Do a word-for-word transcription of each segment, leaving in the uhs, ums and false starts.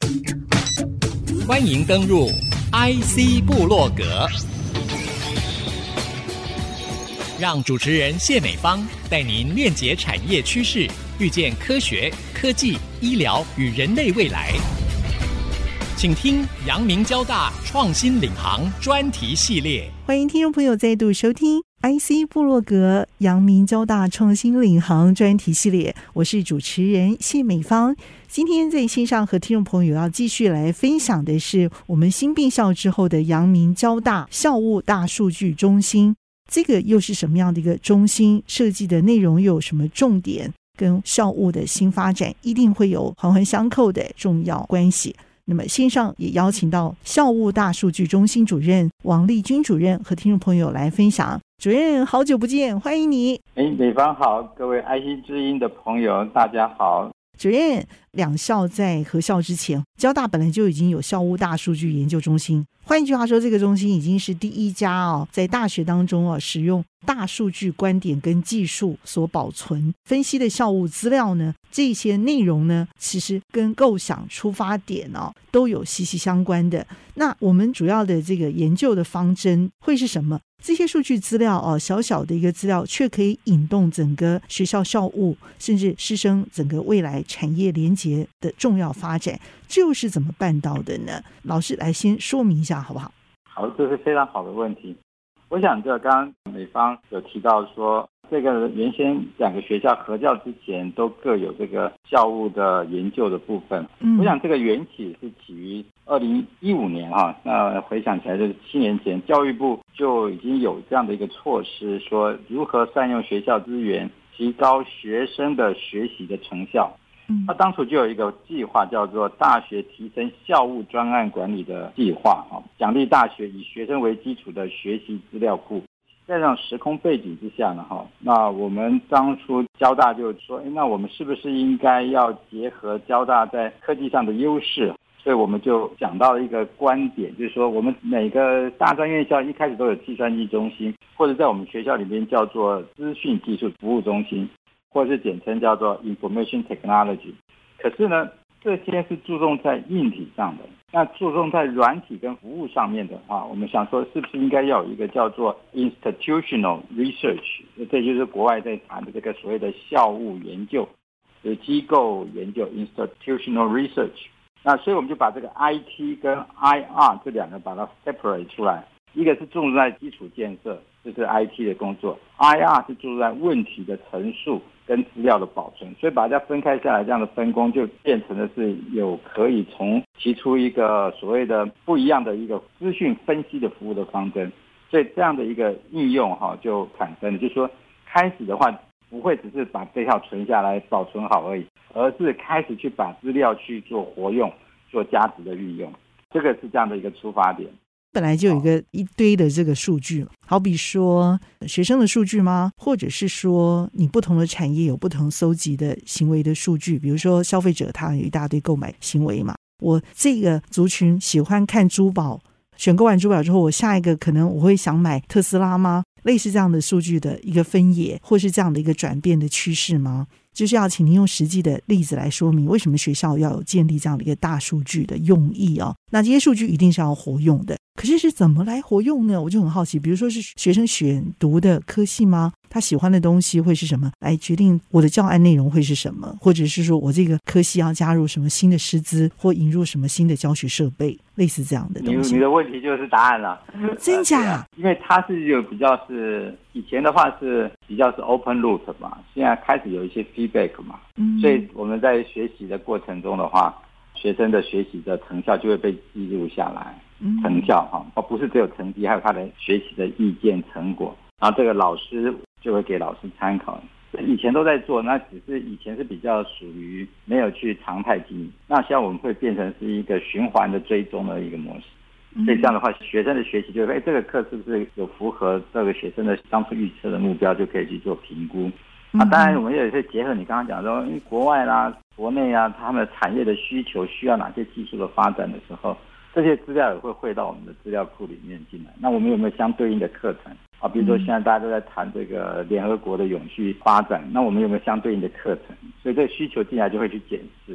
欢迎登入 I C 部落格，让主持人谢美芳带您链接产业趋势，预见科学、科技、医疗与人类未来。请听阳明交大创新领航专题系列。 欢迎听众朋友再度收听 I C 部落格阳明交大创新领航专题系列，我是主持人谢美芳。今天在线上和听众朋友要继续来分享的是我们新并校之后的阳明交大校务大数据中心，这个又是什么样的一个中心？设计的内容又有什么重点？跟校务的新发展一定会有环环相扣的重要关系。那么线上也邀请到校务大数据中心主任王丽君主任和听众朋友来分享。主任好久不见，欢迎你。 哎，美芳好，各位爱惜之音的朋友大家好。 主任，两校在合校之前，交大本来就已经有校务大数据研究中心，换句话说，这个中心已经是第一家哦，在大学当中哦，使用大数据观点跟技术所保存分析的校务资料呢，这些内容呢，其实跟构想出发点哦都有息息相关的。那我们主要的这个研究的方针会是什么？这些数据资料哦，小小的一个资料，却可以引动整个学校校务，甚至师生整个未来产业连结的重要发展，这又是怎么办到的呢？老师来先说明一下好不好？ 好，这是非常好的问题。我想这刚刚美芳有提到说，这个原先两个学校合校之前都各有这个校务的研究的部分。嗯，我想这个缘起是起于二零一五年哈，那回想起来就是七年前，教育部就已经有这样的一个措施，说如何善用学校资源，提高学生的学习的成效。他当初就有一个计划叫做大学提升校务专案管理的计划，奖励大学以学生为基础的学习资料库。在这种时空背景之下呢，那我们当初交大就说，那我们是不是应该要结合交大在科技上的优势？所以我们就讲到了一个观点，就是说我们每个大专院校一开始都有计算机中心，或者在我们学校里面叫做资讯技术服务中心，或者是简称叫做 Information Technology。 可是呢，这些是注重在硬体上的，那注重在软体跟服务上面的话，我们想说是不是应该要有一个叫做 Institutional Research， 这就是国外在谈的这个所谓的校务研究，就是机构研究 Institutional Research。 那所以我们就把这个 I T 跟 I R 这两个把它 separate 出来，一个是注重在基础建设，这是 I T 的工作， I R 是注重在问题的陈述跟资料的保存，所以把它分开下来，这样的分工就变成的是有可以从提出一个所谓的不一样的一个资讯分析的服务的方针，所以这样的一个应用哈就产生了，就是说开始的话不会只是把这套存下来保存好而已，而是开始去把资料去做活用，做价值的运用，这个是这样的一个出发点。 本来就有一个一堆的这个数据，好比说学生的数据吗？或者是说你不同的产业有不同搜集的行为的数据，比如说消费者他有一大堆购买行为嘛，我这个族群喜欢看珠宝，选购完珠宝之后，我下一个可能我会想买特斯拉吗？类似这样的数据的一个分野，或是这样的一个转变的趋势吗？就是要请您用实际的例子来说明为什么学校要有建立这样的一个大数据的用意哦。那这些数据一定是要活用的，可是是怎么来活用呢？我就很好奇，比如说是学生选读的科系吗？他喜欢的东西会是什么来决定我的教案内容会是什么？或者是说我这个科系要加入什么新的师资，或引入什么新的教学设备，类似这样的东西。 你, 你的问题就是答案了。 真假？ 因为它是有比较是以前的话是比较是 open loop 嘛，现在开始有一些 feedback 嘛，嗯，所以我们在学习的过程中的话，学生的学习的成效就会被记录下来，嗯，成效哈，而不是只有成绩，还有他的学习的意见成果，然后这个老师就会给老师参考。以前都在做，那只是以前是比较属于没有去常态经营，那现在我们会变成是一个循环的追踪的一个模式。所以这样的话，学生的学习就会，哎，这个课是不是有符合这个学生的当初预测的目标，就可以去做评估。啊，当然我们也是结合你刚刚讲说，因为国外啦、国内啊，他们的产业的需求需要哪些技术的发展的时候，这些资料也会汇到我们的资料库里面进来。那我们有没有相对应的课程啊？比如说现在大家都在谈这个联合国的永续发展，那我们有没有相对应的课程？所以这个需求进来就会去检视。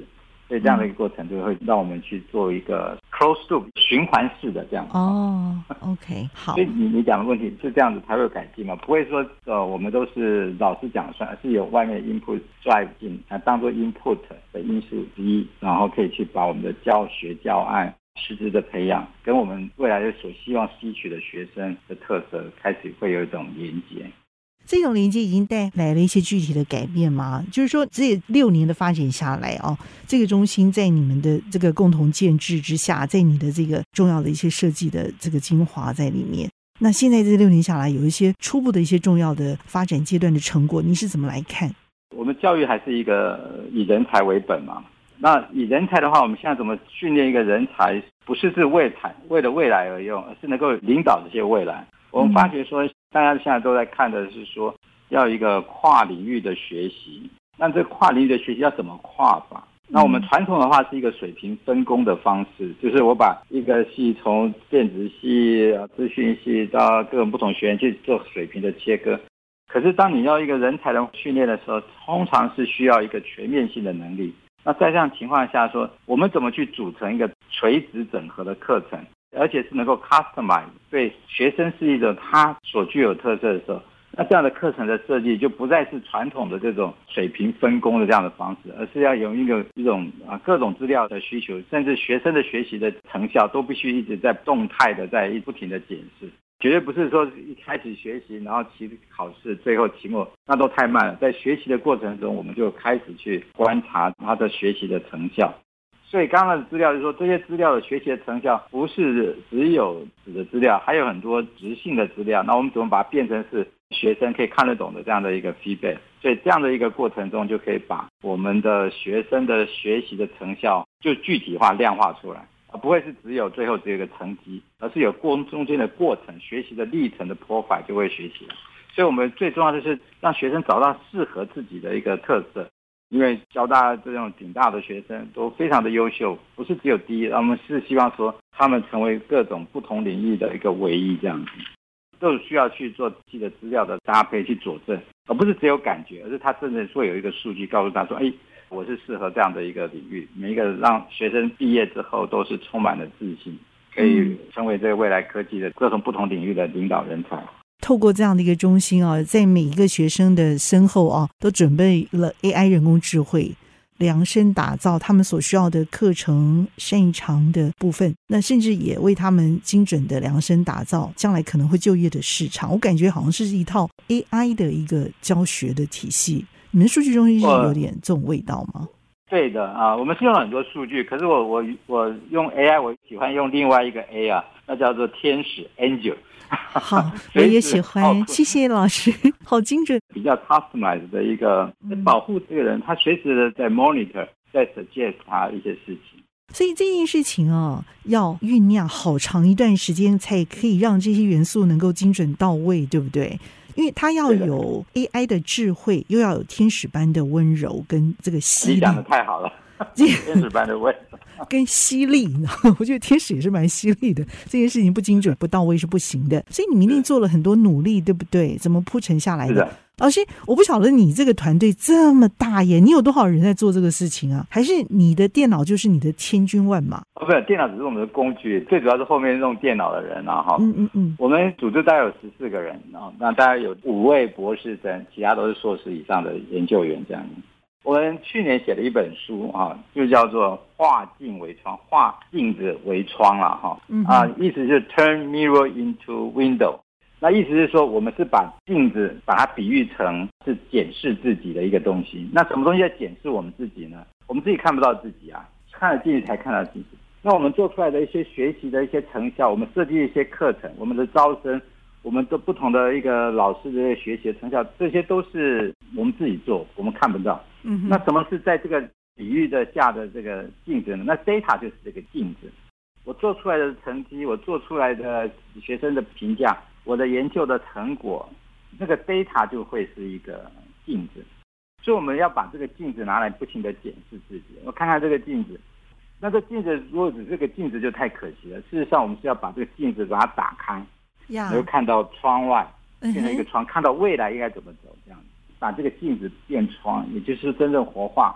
所以这样的一个过程就会让我们去做一个 closed loop 循环式的这样。 哦 ，OK， 好。 所以你你讲的问题是这样子才会有改进嘛？不会说呃我们都是老师讲了算，而是有外面 input drive 进，啊当做 input 的因素之一，然后可以去把我们的教学教案、师资的培养跟我们未来的所希望吸取的学生的特色开始会有一种连接。 这种连接已经带来了一些具体的改变吗？就是说这六年的发展下来哦，这个中心在你们的这个共同建制之下，在你的这个重要的一些设计的这个精华在里面，那现在这六年下来有一些初步的一些重要的发展阶段的成果，你是怎么来看？ 我们教育还是一个以人才为本嘛，那以人才的话，我们现在怎么训练一个人才，不是是为才为了未来而用，而是能够领导这些未来。我们发觉说大家现在都在看的是说要一个跨领域的学习，那这跨领域的学习要怎么跨法？那我们传统的话是一个水平分工的方式，就是我把一个系从电子系、资讯系到各种不同学院去做水平的切割。可是当你要一个人才的训练的时候，通常是需要一个全面性的能力。那在这样情况下说，我们怎么去组成一个垂直整合的课程，而且是能够 customize 对学生是一种他所具有特色的时候，那这样的课程的设计就不再是传统的这种水平分工的这样的方式，而是要有一个一种啊各种资料的需求，甚至学生的学习的成效都必须一直在动态的在不停的检视，绝对不是说一开始学习然后期考试最后期末那都太慢了，在学习的过程中我们就开始去观察他的学习的成效。所以刚刚的资料就是说，这些资料的学习的成效不是只有纸的资料，还有很多质性的资料，那我们怎么把它变成是学生可以看得懂的这样的一个 feedback， 所以这样的一个过程中就可以把我们的学生的学习的成效就具体化量化出来，而不会是只有最后只有一个成绩，而是有过中间的过程学习的历程的 profile 就会学习了。所以我们最重要的是让学生找到适合自己的一个特色，因为交大这种顶大的学生都非常的优秀，不是只有第一，我们是希望说他们成为各种不同领域的一个唯一，这样子都需要去做自己的资料的搭配去佐证，而不是只有感觉，而是他真的会有一个数据告诉他说，哎，我是适合这样的一个领域，每一个让学生毕业之后都是充满了自信，可以成为这个未来科技的各种不同领域的领导人才。 透过这样的一个中心啊，在每一个学生的身后啊，都准备了 A I 人工智慧，量身打造他们所需要的课程擅长的部分，那甚至也为他们精准的量身打造将来可能会就业的市场。我感觉好像是一套 A I 的一个教学的体系。你们数据中心是有点这种味道吗？ 对的啊，我们是用了很多数据，可是我我我用 A I， 我喜欢用另外一个 A 啊，那叫做天使 Angel。 好，我也喜欢，谢谢老师，好精准， 比较 customized 的一个保护这个人，他随时的在 monitor， 在 suggest 他一些事情。 所以这件事情啊，要酝酿好长一段时间，才可以让这些元素能够精准到位，对不对？因为它要有 A I 的智慧，又要有天使般的温柔跟这个犀利。 你讲的太好了，天使般的温柔跟犀利，我觉得天使也是蛮犀利的，这件事情不精准不到位是不行的，所以你们一定做了很多努力，对不对？怎么铺陈下来的？ 是的。 老师，我不晓得你这个团队这么大耶，你有多少人在做这个事情啊？还是你的电脑就是你的千军万马？ 哦，不是，电脑只是我们的工具，最主要是后面用电脑的人啊，哈。 嗯嗯嗯。 我们组织大概有十四个人啊，那大概有五位博士生，其他都是硕士以上的研究员这样。我们去年写了一本书啊，就叫做化镜为窗，化镜子为窗了哈。啊，意思就是 turn mirror into window。那意思是说，我们是把镜子把它比喻成是检视自己的一个东西。那什么东西在检视我们自己呢？我们自己看不到自己啊，看了镜子才看到自己。那我们做出来的一些学习的一些成效，我们设计一些课程，我们的招生，我们的不同的一个老师的一个学习的成效，这些都是我们自己做，我们看不到。嗯，那什么是在这个比喻的下的这个镜子呢？那 data 就是这个镜子。我做出来的成绩，我做出来的学生的评价，我的研究的成果，那个 data 就会是一个镜子。所以我们要把这个镜子拿来不停的检视自己。我看看这个镜子，那这镜子如果只是这个镜子就太可惜了。事实上，我们是要把这个镜子把它打开，能够看到窗外，变成一个窗，看到未来应该怎么走，这样子把这个镜子变窗，也就是真正活化。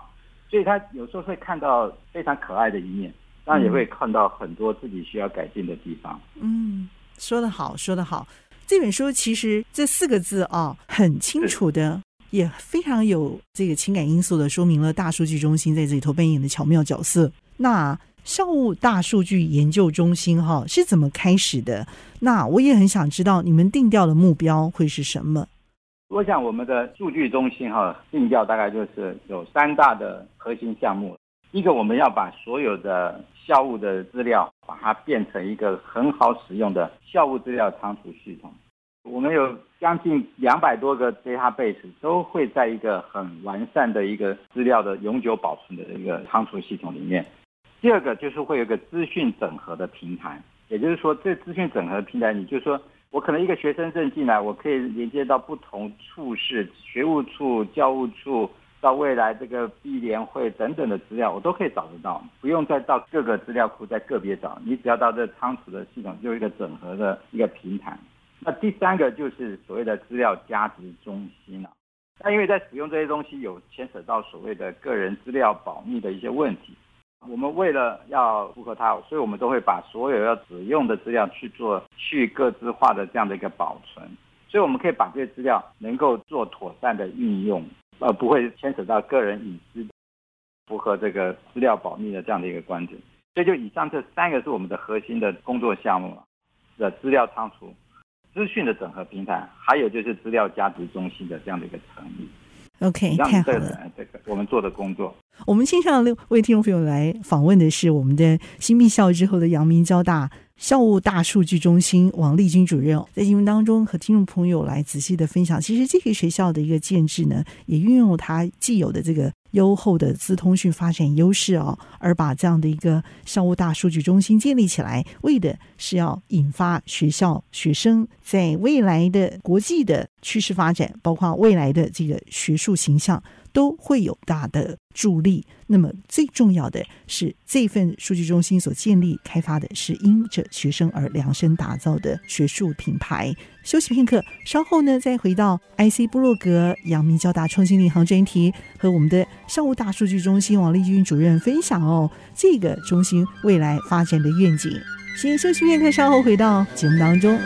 所以他有时候会看到非常可爱的一面，当然也会看到很多自己需要改进的地方。 嗯，说得好，说得好。这本书其实这四个字啊，很清楚的，也非常有这个情感因素的说明了大数据中心在这里头扮演的巧妙角色。那校务大数据研究中心哈是怎么开始的？那我也很想知道你们定调的目标会是什么？ 我想我们的数据中心哈定调大概就是有三大的核心项目。一个，我们要把所有的校务的资料把它变成一个很好使用的校务资料仓储系统。我们有将近两百多个 database 都会在一个很完善的一个资料的永久保存的一个仓储系统里面。第二个就是会有一个资讯整合的平台，也就是说这资讯整合的平台，你就说我可能一个学生证进来，我可以连接到不同处室，学务处、教务处，到未来这个毕联会等等的资料，我都可以找得到，不用再到各个资料库再个别找，你只要到这仓储的系统，就有一个整合的一个平台。那第三个就是所谓的资料价值中心了。那因为在使用这些东西有牵扯到所谓的个人资料保密的一些问题，我们为了要符合它，所以我们都会把所有要使用的资料去做去个资化的这样的一个保存，所以我们可以把这些资料能够做妥善的运用，而不会牵扯到个人隐私，符合这个资料保密的这样的一个观点。所以就以上这三个是我们的核心的工作项目的资料仓储、资讯的整合平台，还有就是资料价值中心的这样的一个成立。 OK， 太好了， 这个我们做的工作。 我们线上六位听众朋友来访问的是我们的新毕校之后的阳明交大校务大数据中心王丽君主任，在节目当中和听众朋友来仔细的分享，其实这个学校的一个建制呢，也运用它既有的这个优厚的资通讯发展优势哦，而把这样的一个校务大数据中心建立起来，为的是要引发学校学生在未来的国际的趋势发展，包括未来的这个学术形象都会有大的助力。那么最重要的是，这份数据中心所建立开发的是因着学生而量身打造的学术品牌。休息片刻，稍后呢再回到 I C 部落格阳明交大创新领航专题，和我们的校务大数据中心王丽君主任分享哦这个中心未来发展的愿景。先休息片刻，稍后回到节目当中。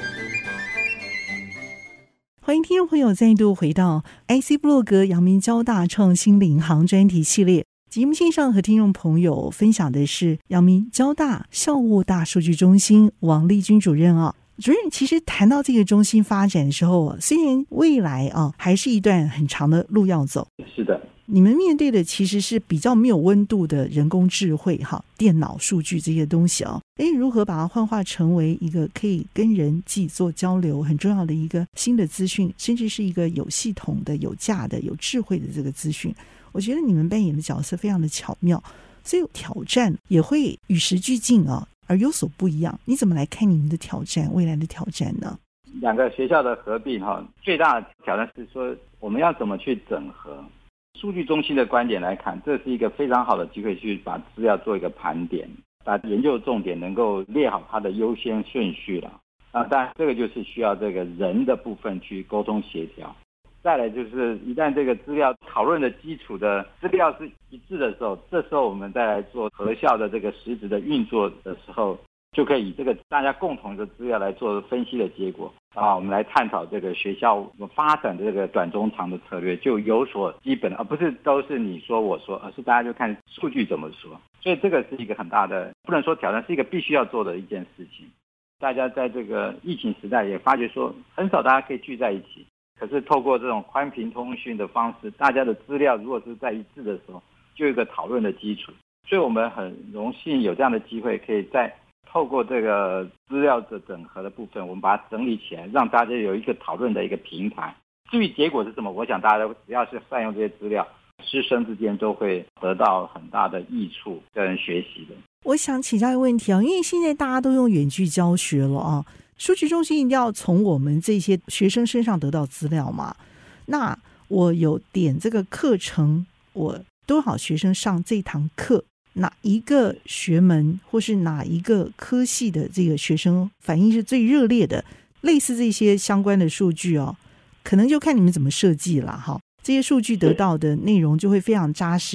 欢迎听众朋友再度回到 I C 部落格阳明交大创新领航专题系列节目线上，和听众朋友分享的是阳明交大校务大数据中心王丽君主任啊。主任，其实谈到这个中心发展的时候，虽然未来啊还是一段很长的路要走， 是的， 你们面对的其实是比较没有温度的人工智慧哈、电脑数据这些东西啊，诶，如何把它幻化成为一个可以跟人际做交流很重要的一个新的资讯，甚至是一个有系统的、有价的、有智慧的这个资讯，我觉得你们扮演的角色非常的巧妙，所以挑战也会与时俱进啊，而有所不一样。你怎么来看你们的挑战，未来的挑战呢？ 两个学校的合并哈，最大的挑战是说我们要怎么去整合。数据中心的观点来看，这是一个非常好的机会去把资料做一个盘点，把研究重点能够列好它的优先顺序了。啊，当然这个就是需要这个人的部分去沟通协调。再来就是一旦这个资料讨论的基础的资料是一致的时候，这时候我们再来做核校的这个实质的运作的时候，就可以以这个大家共同的资料来做分析的结果啊，我们来探讨这个学校发展的这个短中长的策略，就有所基本，而不是都是你说我说，而是大家就看数据怎么说。所以这个是一个很大的，不能说挑战，是一个必须要做的一件事情。大家在这个疫情时代也发觉说，很少大家可以聚在一起，可是透过这种宽频通讯的方式，大家的资料如果是在一致的时候，就有一个讨论的基础。所以我们很荣幸有这样的机会，可以在透过这个资料的整合的部分，我们把它整理起来，让大家有一个讨论的一个平台。至于结果是什么，我想大家只要是善用这些资料，师生之间都会得到很大的益处跟学习的。 我想请教一个问题啊，因为现在大家都用远距教学了啊，数据中心一定要从我们这些学生身上得到资料嘛。那我有点这个课程，我多少学生上这堂课，哪一个学门或是哪一个科系的这个学生反应是最热烈的，类似这些相关的数据哦，可能就看你们怎么设计了哈。这些数据得到的内容就会非常扎实，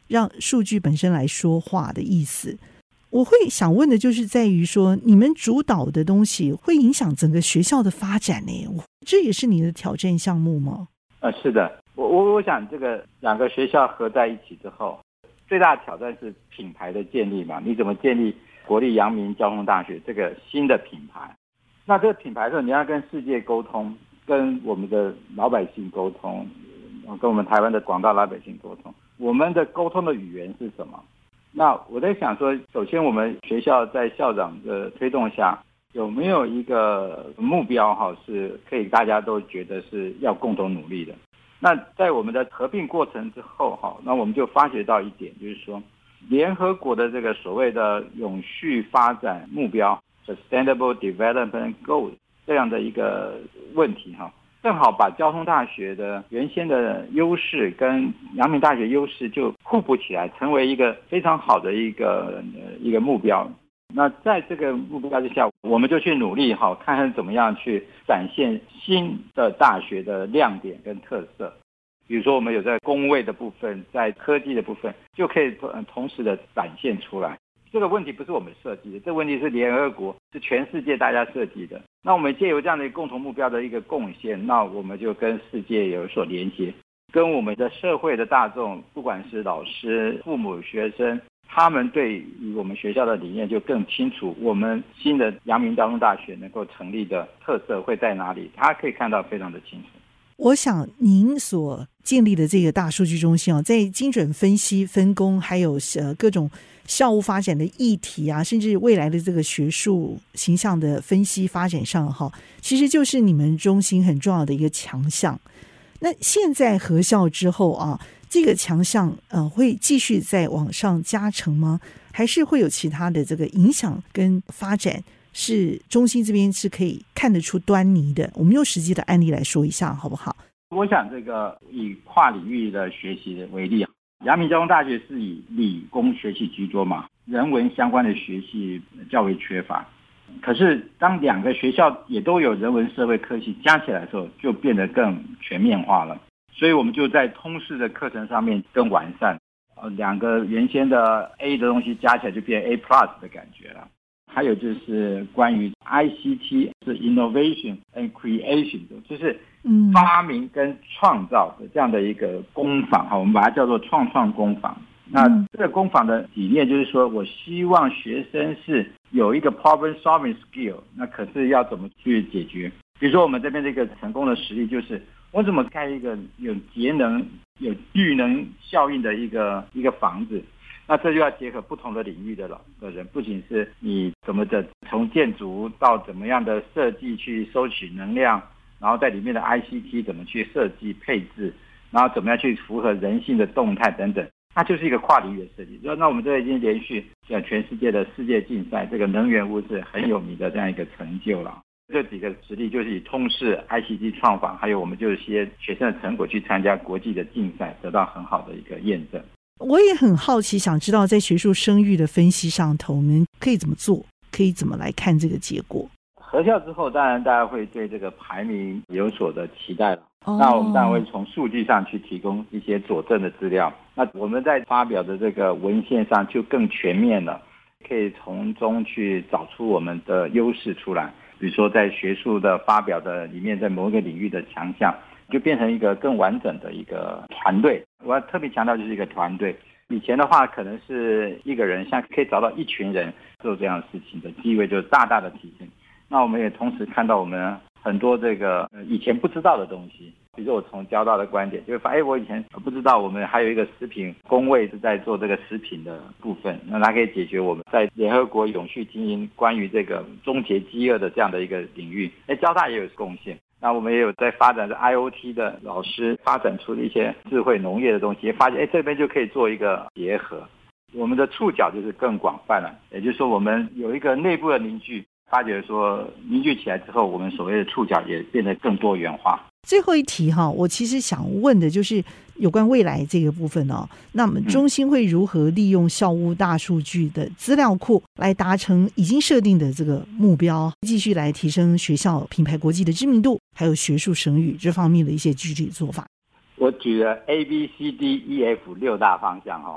让数据本身来说话的意思。我会想问的就是在于说，你们主导的东西会影响整个学校的发展呢？这也是你的挑战项目吗？ 呃，是的，我我我想这个两个学校合在一起之后，最大的挑战是品牌的建立嘛？你怎么建立国立阳明交通大学这个新的品牌？那这个品牌的时候，你要跟世界沟通，跟我们的老百姓沟通，跟我们台湾的广大老百姓沟通。我们的沟通的语言是什么？那我在想说，首先我们学校在校长的推动下，有没有一个目标哈，是可以大家都觉得是要共同努力的？那在我们的合并过程之后哈，那我们就发觉到一点，就是说，联合国的这个所谓的永续发展目标 （Sustainable Development Goals） 这样的一个问题哈。正好把交通大学的原先的优势跟阳明大学优势就互补起来，成为一个非常好的一个一个目标。那在这个目标之下，我们就去努力哈，看看怎么样去展现新的大学的亮点跟特色。比如说我们有在工位的部分，在科技的部分，就可以同时的展现出来。这个问题不是我们设计的，这个问题是联合国，是全世界大家设计的。那我们借由这样的共同目标的一个贡献，那我们就跟世界有所连接，跟我们的社会的大众，不管是老师、父母、学生，他们对于我们学校的理念就更清楚，我们新的阳明交通大学能够成立的特色会在哪里，他可以看到非常的清楚。 我想您所建立的这个大数据中心哦，在精准分析、分工，还有呃各种校务发展的议题啊，甚至未来的这个学术形象的分析发展上哈，其实就是你们中心很重要的一个强项。那现在合校之后啊，这个强项呃会继续再往上加成吗？还是会有其他的这个影响跟发展？是中心这边是可以看得出端倪的，我们用实际的案例来说一下好不好？ 我想这个以跨领域的学习为例，阳明交通大学是以理工学系居多嘛，人文相关的学系较为缺乏。可是当两个学校也都有人文社会科系加起来的时候，就变得更全面化了。所以我们就在通识的课程上面更完善，呃，两个原先的 A 的东西加起来就变 A plus 的感觉了。还有就是关于 I C T 是 innovation and creation， 就是发明跟创造的这样的一个工坊哈，我们把它叫做创创工坊。那这个工坊的理念就是说，我希望学生是有一个 problem solving skill， 那可是要怎么去解决？比如说我们这边这个成功的实例就是，我怎么盖一个有节能、有绿能效应的一个一个房子。那这就要结合不同的领域的的人，不仅是你怎么的从建筑到怎么样的设计去收取能量，然后在里面的 I C T 怎么去设计配置，然后怎么样去符合人性的动态等等，它就是一个跨领域的设计。那我们这已经连续全世界的世界竞赛，这个能源屋是很有名的这样一个成就了。这几个实例就是以通识、I C T 创坊，还有我们就是一些学生的成果去参加国际的竞赛，得到很好的一个验证。 我也很好奇，想知道在学术声誉的分析上头，我们可以怎么做，可以怎么来看这个结果？ 合校之后，当然大家会对这个排名有所的期待了。哦、那我们当然会从数据上去提供一些佐证的资料。那我们在发表的这个文献上就更全面了，可以从中去找出我们的优势出来。比如说在学术的发表的里面，在某一个领域的强项，就变成一个更完整的一个团队。我要特别强调就是一个团队，以前的话可能是一个人，现在可以找到一群人做这样的事情的机会就大大的提升。那我们也同时看到我们很多这个以前不知道的东西，比如说我从交大的观点就会发现，哎，我以前不知道我们还有一个食品工位是在做这个食品的部分，那它可以解决我们在联合国永续经营关于这个终结饥饿的这样的一个领域，哎，交大也有贡献。那我们也有在发展 I O T 的老师发展出了一些智慧农业的东西，发现哎这边就可以做一个结合。我们的触角就是更广泛了，也就是说我们有一个内部的凝聚，发觉说凝聚起来之后，我们所谓的触角也变得更多元化。 最后一题哈，我其实想问的就是有关未来这个部分哦。那么中心会如何利用校务大数据的资料库来达成已经设定的这个目标，继续来提升学校品牌国际的知名度，还有学术声誉这方面的一些具体做法？ 我举了 A B C D E F 六大方向哈。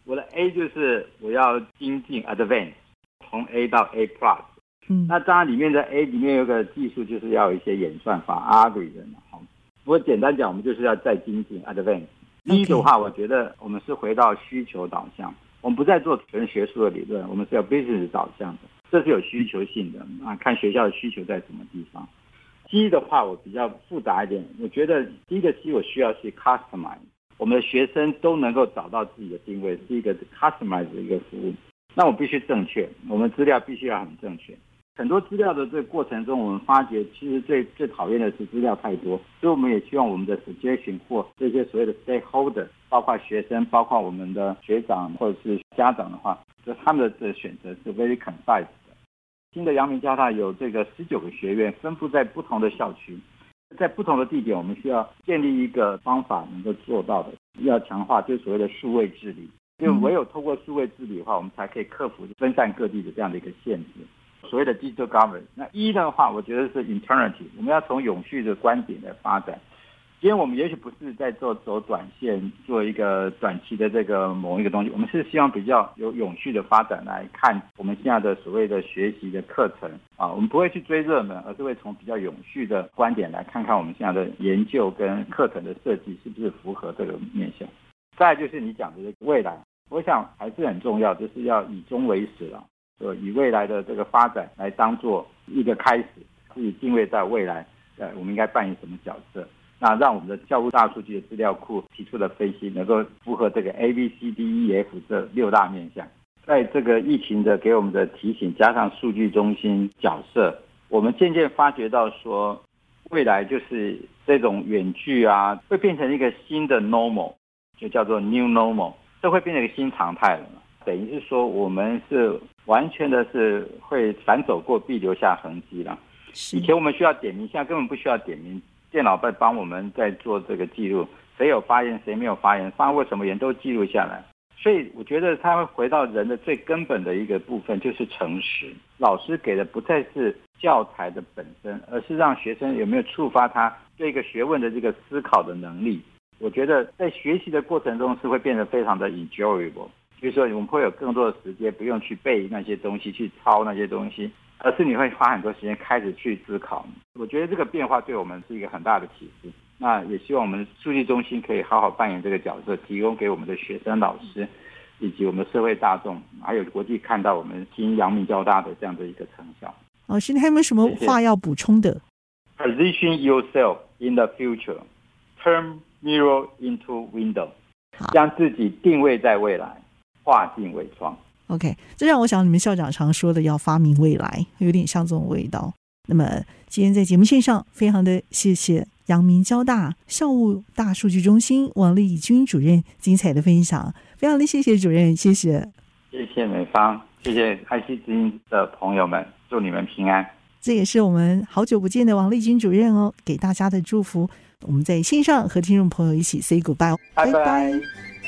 我的 A 就是我要精进 advance， 从 A 到 A plus。嗯，那当然里面的 A 里面有个技术，就是要有一些演算法 algorithm。好，不过简单讲，我们就是要再精进 advance。E 的话，我觉得我们是回到需求导向，我们不再做纯学术的理论，我们是要 business 导向的，这是有需求性的啊，看学校的需求在什么地方。G 的话，我比较复杂一点，我觉得第一个 G 我需要是 customize， 我们的学生都能够找到自己的定位，是一个 customize 的一个服务。那我必须正确，我们资料必须要很正确。很多资料的这个过程中，我们发觉其实最最讨厌的是资料太多，所以我们也希望我们的 suggestion 或这些所谓的 stakeholder， 包括学生，包括我们的学长或者是家长的话，就他们的这个选择是 very concise 的。新的阳明交大有这个十九个学院分布在不同的校区，在不同的地点，我们需要建立一个方法能够做到的，要强化就是所谓的数位治理，因为唯有透过数位治理的话，我们才可以克服分散各地的这样的一个限制。所谓的 digital governance， 那一的话，我觉得是 eternity， 我们要从永续的观点来发展。今天我们也许不是在做走短线，做一个短期的这个某一个东西，我们是希望比较有永续的发展来看我们现在的所谓的学习的课程啊，我们不会去追热门，而是会从比较永续的观点来看看我们现在的研究跟课程的设计是不是符合这个面向。再来就是你讲的这个未来，我想还是很重要，就是要以终为始了。以未来的这个发展来当做一个开始，自己定位在未来，呃，我们应该扮演什么角色？那让我们的教务大数据的资料库提出的分析，能够符合这个 A B C D E F 这六大面向。在这个疫情的给我们的提醒，加上数据中心角色，我们渐渐发觉到说，未来就是这种远距啊，会变成一个新的 normal， 就叫做 new normal， 这会变成一个新常态了。等于是说，我们是完全的是会反走过必留下痕迹了。以前我们需要点名，现在根本不需要点名，电脑在帮我们在做这个记录，谁有发言谁没有发言，发过什么言都记录下来。所以我觉得它会回到人的最根本的一个部分，就是诚实。老师给的不再是教材的本身，而是让学生有没有触发他对一个学问的这个思考的能力。我觉得在学习的过程中是会变得非常的 enjoyable。就是说我们会有更多的时间不用去背那些东西，去抄那些东西，而是你会花很多时间开始去思考。我觉得这个变化对我们是一个很大的启示。那也希望我们数据中心可以好好扮演这个角色，提供给我们的学生老师以及我们的社会大众，还有国际看到我们新阳明交大的这样的一个成效。 老师，你还有没有什么话要补充的？ Position yourself in the future. Turn mirror into window. 将自己定位在未来，化境为窗。 OK， 这让我想你们校长常说的要发明未来，有点像这种味道。那么今天在节目线上非常的谢谢阳明交大校务大数据中心王丽君主任精彩的分享，非常的谢谢主任。谢谢谢谢美芳，谢谢爱惜之音的朋友们，祝你们平安。 这也是我们好久不见的王丽君主任哦，给大家的祝福。我们在线上和听众朋友一起 say goodbye， 拜拜。 拜拜。